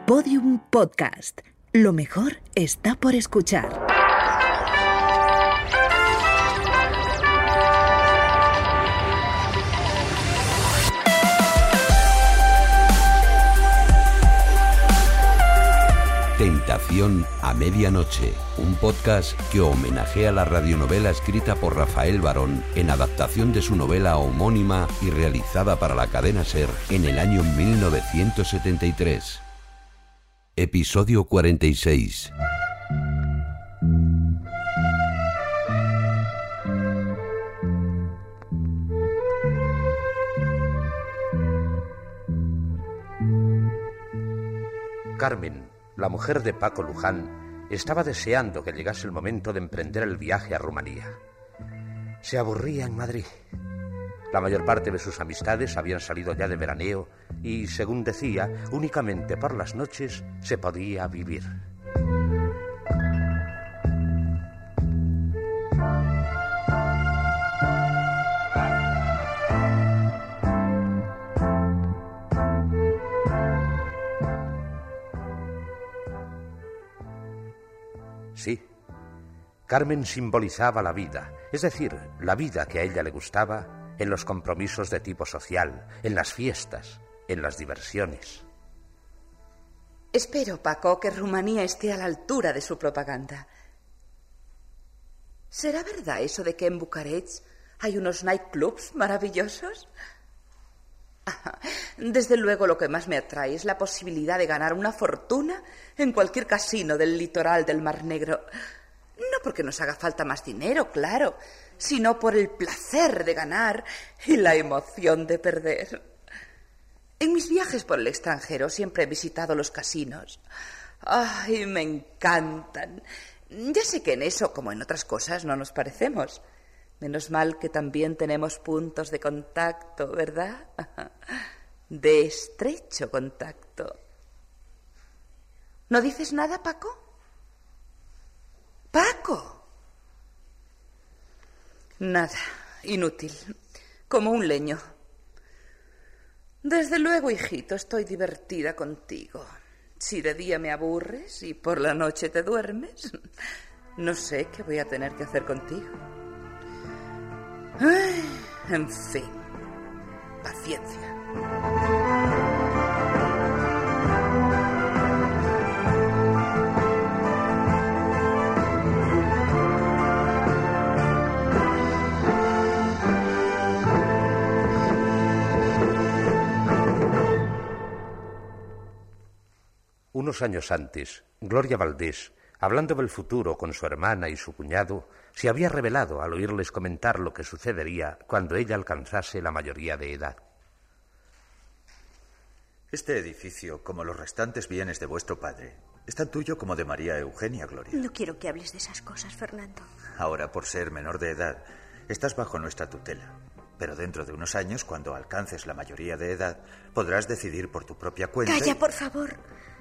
Podium Podcast. Lo mejor está por escuchar. Tentación a medianoche, un podcast que homenajea la radionovela escrita por Rafael Barón en adaptación de su novela homónima y realizada para la cadena SER en el año 1973. Episodio 46. Carmen, la mujer de Paco Luján, estaba deseando que llegase el momento de emprender el viaje a Rumanía. Se aburría en Madrid. La mayor parte de sus amistades habían salido ya de veraneo y, según decía, únicamente por las noches se podía vivir. Sí, Carmen simbolizaba la vida, es decir, la vida que a ella le gustaba en los compromisos de tipo social, en las fiestas, en las diversiones. Espero, Paco, que Rumanía esté a la altura de su propaganda. ¿Será verdad eso de que en Bucarest hay unos nightclubs maravillosos? Desde luego lo que más me atrae es la posibilidad de ganar una fortuna en cualquier casino del litoral del Mar Negro. No porque nos haga falta más dinero, claro, sino por el placer de ganar y la emoción de perder. En mis viajes por el extranjero siempre he visitado los casinos. ¡Ay, me encantan! Ya sé que en eso, como en otras cosas, no nos parecemos. Menos mal que también tenemos puntos de contacto, ¿verdad? De estrecho contacto. ¿No dices nada, Paco? ¡Paco! Nada, inútil, como un leño. Desde luego, hijito, estoy divertida contigo. Si de día me aburres y por la noche te duermes, no sé qué voy a tener que hacer contigo. Ay, en fin, paciencia. Unos años antes, Gloria Valdés, hablando del futuro con su hermana y su cuñado, se había revelado al oírles comentar lo que sucedería cuando ella alcanzase la mayoría de edad. Este edificio, como los restantes bienes de vuestro padre, es tan tuyo como de María Eugenia, Gloria. No quiero que hables de esas cosas, Fernando. Ahora, por ser menor de edad, estás bajo nuestra tutela. Pero dentro de unos años, cuando alcances la mayoría de edad, podrás decidir por tu propia cuenta. ¡Calla, por favor!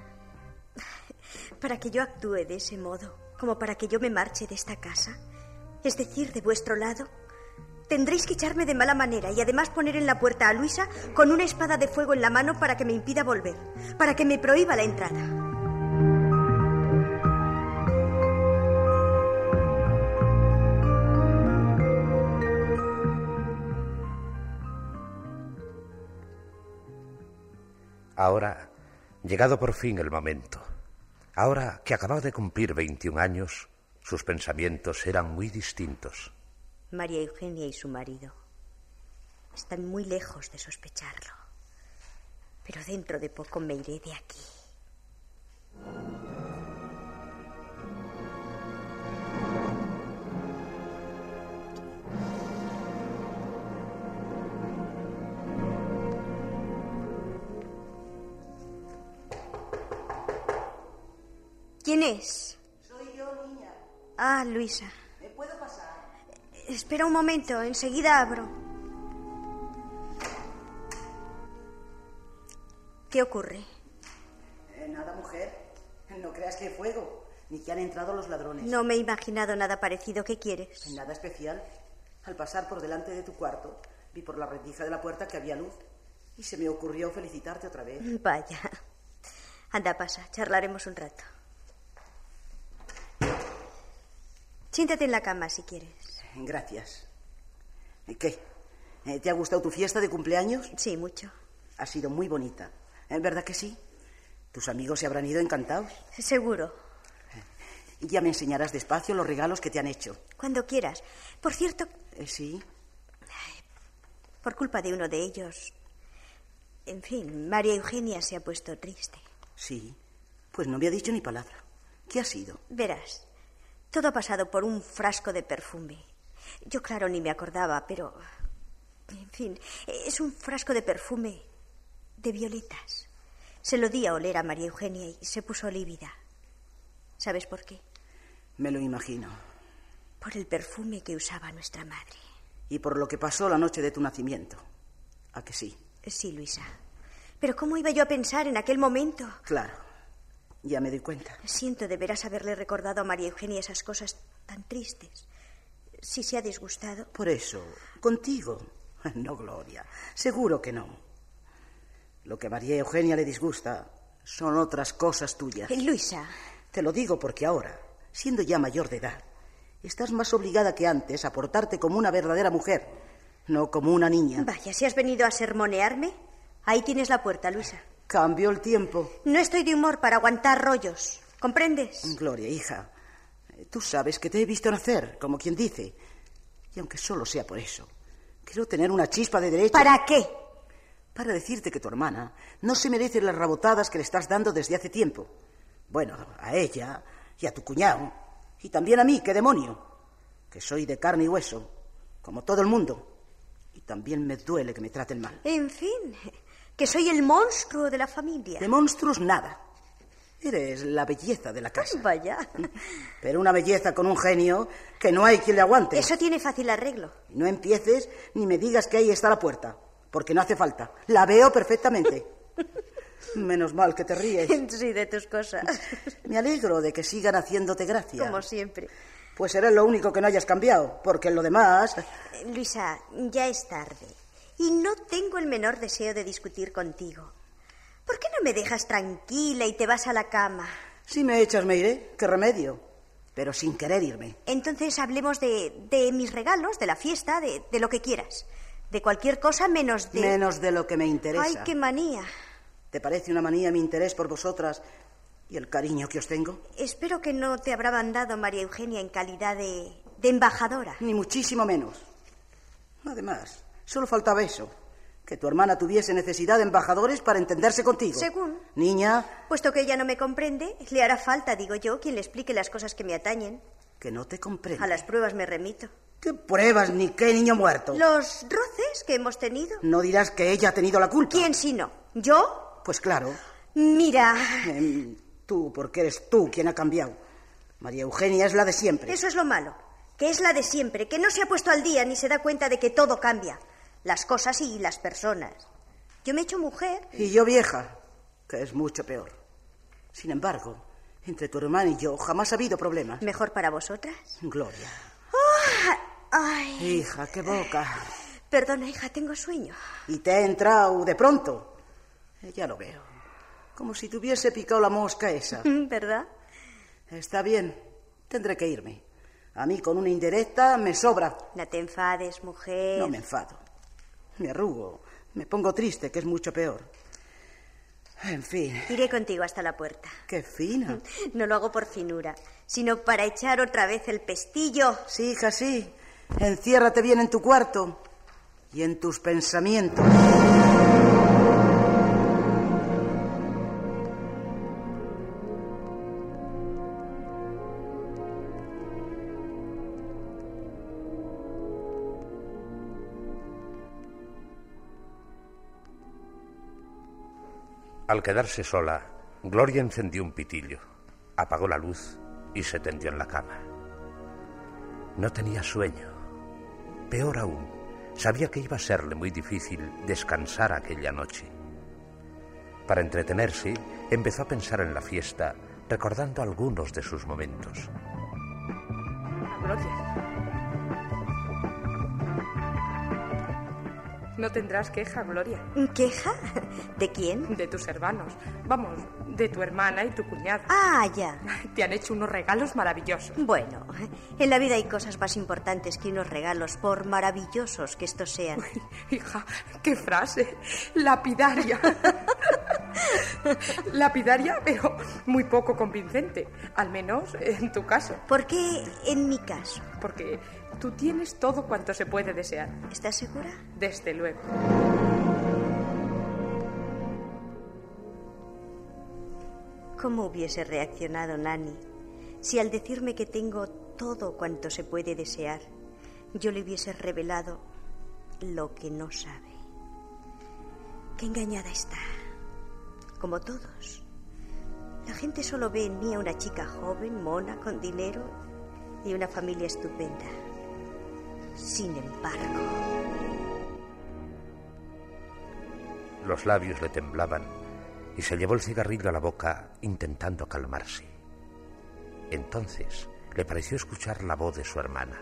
Para que yo actúe de ese modo, como para que yo me marche de esta casa, es decir, de vuestro lado, tendréis que echarme de mala manera y además poner en la puerta a Luisa con una espada de fuego en la mano para que me impida volver, para que me prohíba la entrada. Ahora, llegado por fin el momento, ahora que acababa de cumplir 21 años, sus pensamientos eran muy distintos. María Eugenia y su marido están muy lejos de sospecharlo, pero dentro de poco me iré de aquí. ¿Quién es? Soy yo, niña. Ah, Luisa. ¿Me puedo pasar? Espera un momento, enseguida abro. ¿Qué ocurre? Nada, mujer. No creas que hay fuego, ni que han entrado los ladrones. No me he imaginado nada parecido. ¿Qué quieres? Nada especial. Al pasar por delante de tu cuarto, vi por la rendija de la puerta que había luz y se me ocurrió felicitarte otra vez. Vaya. Anda, pasa, charlaremos un rato. Siéntate en la cama si quieres. Gracias. ¿Qué? ¿Te ha gustado tu fiesta de cumpleaños? Sí, mucho. Ha sido muy bonita. ¿Verdad que sí? Tus amigos se habrán ido encantados. Seguro. Y ya me enseñarás despacio los regalos que te han hecho. Cuando quieras. Por cierto... Sí. Por culpa de uno de ellos... En fin, María Eugenia se ha puesto triste. Sí. Pues no me ha dicho ni palabra. ¿Qué ha sido? Verás, todo ha pasado por un frasco de perfume. Yo, claro, ni me acordaba, pero... En fin, es un frasco de perfume de violetas. Se lo di a oler a María Eugenia y se puso lívida. ¿Sabes por qué? Me lo imagino. Por el perfume que usaba nuestra madre. Y por lo que pasó la noche de tu nacimiento. ¿A que sí? Sí, Luisa. Pero ¿cómo iba yo a pensar en aquel momento? Claro, ya me doy cuenta. Siento de veras haberle recordado a María Eugenia esas cosas tan tristes. Si se ha disgustado... Por eso, contigo. No, Gloria, seguro que no. Lo que a María Eugenia le disgusta son otras cosas tuyas. Luisa... Te lo digo porque ahora, siendo ya mayor de edad, estás más obligada que antes a portarte como una verdadera mujer, no como una niña. Vaya, si has venido a sermonearme, ahí tienes la puerta, Luisa. Cambió el tiempo. No estoy de humor para aguantar rollos, ¿comprendes? Gloria, hija, tú sabes que te he visto nacer, como quien dice, y aunque solo sea por eso, quiero tener una chispa de derecho. ¿Para qué? Para decirte que tu hermana no se merece las rabotadas que le estás dando desde hace tiempo. Bueno, a ella y a tu cuñado, y también a mí, qué demonio, que soy de carne y hueso, como todo el mundo, y también me duele que me traten mal. En fin, que soy el monstruo de la familia. De monstruos nada. Eres la belleza de la casa. Vaya. Pero una belleza con un genio que no hay quien le aguante. Eso tiene fácil arreglo. No empieces ni me digas que ahí está la puerta, porque no hace falta. La veo perfectamente. Menos mal que te ríes. Sí, de tus cosas. Me alegro de que sigan haciéndote gracia. Como siempre. Pues será lo único que no hayas cambiado, porque en lo demás... Luisa, ya es tarde y no tengo el menor deseo de discutir contigo. ¿Por qué no me dejas tranquila y te vas a la cama? Si me echas me iré, qué remedio, pero sin querer irme. Entonces hablemos de mis regalos, de la fiesta, de lo que quieras. De cualquier cosa menos de... Menos de lo que me interesa. ¡Ay, qué manía! ¿Te parece una manía mi interés por vosotras y el cariño que os tengo? Espero que no te habrá mandado María Eugenia en calidad de embajadora. Ni muchísimo menos. Además, solo faltaba eso, que tu hermana tuviese necesidad de embajadores para entenderse contigo. Según. Niña... Puesto que ella no me comprende, le hará falta, digo yo, quien le explique las cosas que me atañen. Que no te comprende. A las pruebas me remito. ¿Qué pruebas ni qué niño muerto? Los roces que hemos tenido. No dirás que ella ha tenido la culpa. ¿Quién si no? ¿Yo? Pues claro. Mira... Tú, porque eres tú quien ha cambiado. María Eugenia es la de siempre. Eso es lo malo, que es la de siempre, que no se ha puesto al día ni se da cuenta de que todo cambia. Las cosas y las personas. Yo me he hecho mujer. Y yo vieja, que es mucho peor. Sin embargo, entre tu hermana y yo jamás ha habido problemas. ¿Mejor para vosotras? Gloria. Ay. Hija, qué boca. Perdona, hija, tengo sueño. Y te ha entrado de pronto. Ya lo veo. Como si te hubiese picado la mosca esa. ¿Verdad? Está bien, tendré que irme. A mí con una indirecta me sobra. No te enfades, mujer. No me enfado. Me arrugo, me pongo triste, que es mucho peor. En fin. Iré contigo hasta la puerta. ¡Qué fina! No lo hago por finura, sino para echar otra vez el pestillo. Sí, hija, sí. Enciérrate bien en tu cuarto y en tus pensamientos. Al quedarse sola, Gloria encendió un pitillo, apagó la luz y se tendió en la cama. No tenía sueño. Peor aún, sabía que iba a serle muy difícil descansar aquella noche. Para entretenerse, empezó a pensar en la fiesta, recordando algunos de sus momentos. Gloria. No tendrás queja, Gloria. ¿Queja? ¿De quién? De tus hermanos. Vamos, de tu hermana y tu cuñada. Ah, ya. Te han hecho unos regalos maravillosos. Bueno, en la vida hay cosas más importantes que unos regalos, por maravillosos que estos sean. Uy, hija, qué frase. Lapidaria. Lapidaria, pero muy poco convincente. Al menos en tu caso. ¿Por qué en mi caso? Porque tú tienes todo cuanto se puede desear. ¿Estás segura? Desde luego. ¿Cómo hubiese reaccionado Nani si al decirme que tengo todo cuanto se puede desear, yo le hubiese revelado lo que no sabe? Qué engañada está. Como todos. La gente solo ve en mí a una chica joven, mona, con dinero y una familia estupenda. Sin embargo... Los labios le temblaban y se llevó el cigarrillo a la boca intentando calmarse. Entonces le pareció escuchar la voz de su hermana.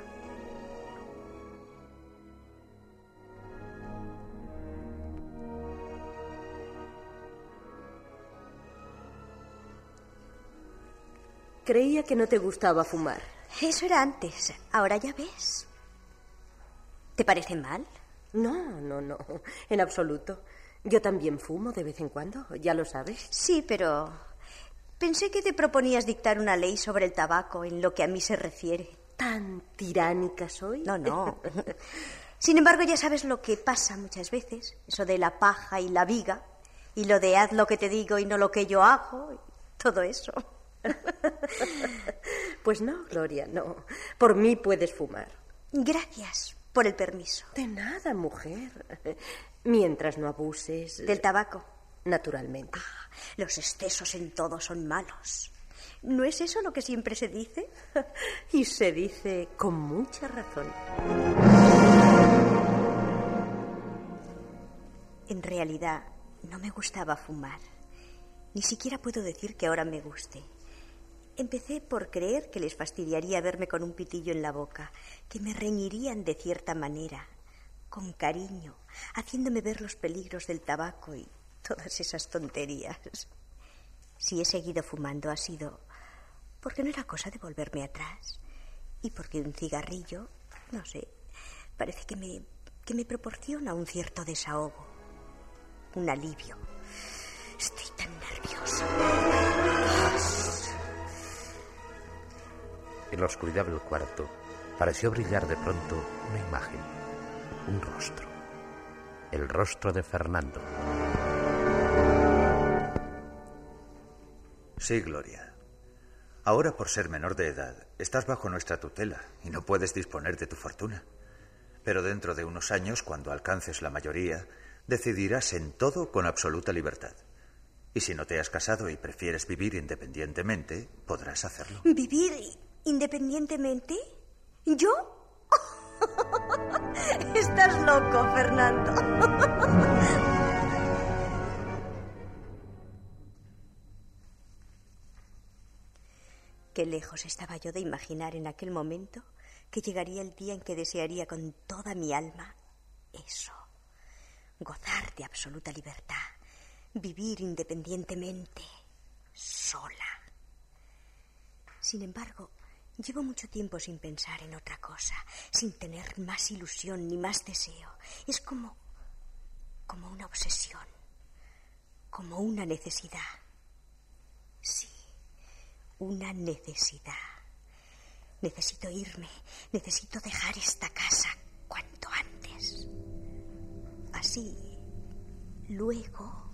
Creía que no te gustaba fumar. Eso era antes. Ahora ya ves. ¿Te parece mal? No, en absoluto. Yo también fumo de vez en cuando, ya lo sabes. Sí, pero pensé que te proponías dictar una ley sobre el tabaco en lo que a mí se refiere. ¿Tan tiránica soy? No. Sin embargo, ya sabes lo que pasa muchas veces. Eso de la paja y la viga. Y lo de haz lo que te digo y no lo que yo hago. Y todo eso. Pues no, Gloria, no. Por mí puedes fumar. Gracias por el permiso. De nada, mujer. Mientras no abuses... ¿Del tabaco? Naturalmente. Los excesos en todo son malos. ¿No es eso lo que siempre se dice? Y se dice con mucha razón. En realidad, no me gustaba fumar. Ni siquiera puedo decir que ahora me guste. Empecé por creer que les fastidiaría verme con un pitillo en la boca, que me reñirían de cierta manera, con cariño, haciéndome ver los peligros del tabaco y todas esas tonterías. Si he seguido fumando ha sido porque no era cosa de volverme atrás y porque un cigarrillo, no sé, parece que me proporciona un cierto desahogo, un alivio. Estoy tan nerviosa. En la oscuridad del cuarto pareció brillar de pronto una imagen, un rostro, el rostro de Fernando. Sí, Gloria. Ahora, por ser menor de edad, estás bajo nuestra tutela y no puedes disponer de tu fortuna. Pero dentro de unos años, cuando alcances la mayoría, decidirás en todo con absoluta libertad. Y si no te has casado y prefieres vivir independientemente, podrás hacerlo. ¿Vivir independientemente? ¿Yo? Estás loco, Fernando. Qué lejos estaba yo de imaginar en aquel momento que llegaría el día en que desearía con toda mi alma eso. Gozar de absoluta libertad. Vivir independientemente, sola. Sin embargo, llevo mucho tiempo sin pensar en otra cosa, sin tener más ilusión ni más deseo. Es como una obsesión, como una necesidad. Sí, una necesidad. Necesito irme, necesito dejar esta casa cuanto antes. Así, luego...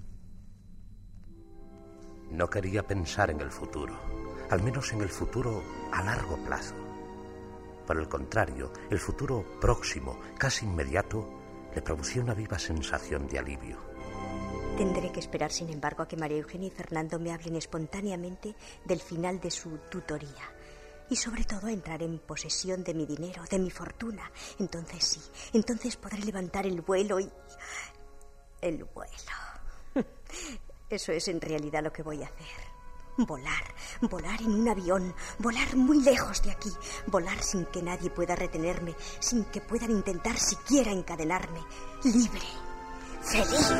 No quería pensar en el futuro, al menos en el futuro a largo plazo. Por el contrario, el futuro próximo, casi inmediato, le producía una viva sensación de alivio. Tendré que esperar, sin embargo, a que María Eugenia y Fernando me hablen espontáneamente del final de su tutoría. Y sobre todo a entrar en posesión de mi dinero, de mi fortuna. Entonces sí, entonces podré levantar el vuelo y... El vuelo... Eso es en realidad lo que voy a hacer. Volar en un avión, volar muy lejos de aquí, volar sin que nadie pueda retenerme, sin que puedan intentar siquiera encadenarme, libre, feliz.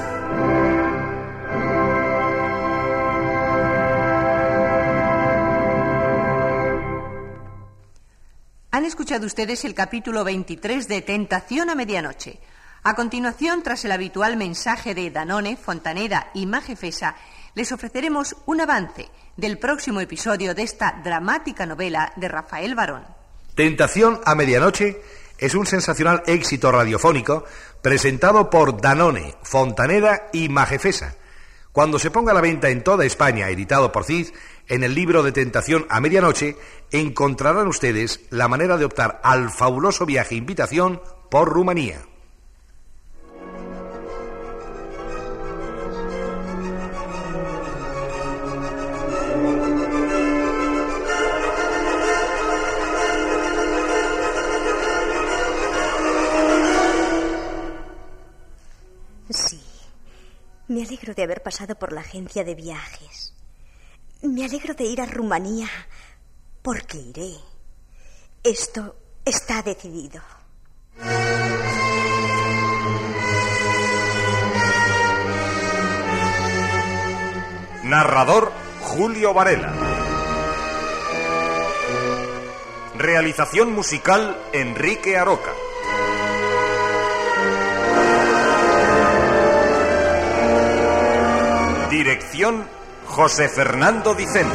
Han escuchado ustedes el capítulo 23 de Tentación a medianoche. A continuación, tras el habitual mensaje de Danone, Fontaneda y Majefesa, les ofreceremos un avance del próximo episodio de esta dramática novela de Rafael Barón. Tentación a medianoche es un sensacional éxito radiofónico presentado por Danone, Fontaneda y Majefesa. Cuando se ponga a la venta en toda España, editado por CID, en el libro de Tentación a medianoche, encontrarán ustedes la manera de optar al fabuloso viaje invitación por Rumanía. Sí, me alegro de haber pasado por la agencia de viajes. Me alegro de ir a Rumanía, porque iré. Esto está decidido. Narrador Julio Varela. Realización musical Enrique Aroca. Dirección José Fernando Dicente.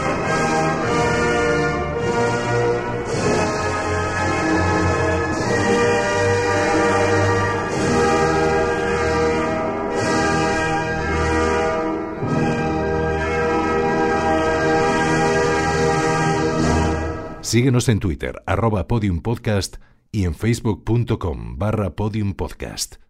Síguenos en Twitter, @podiumpodcast y en facebook.com/podiumpodcast.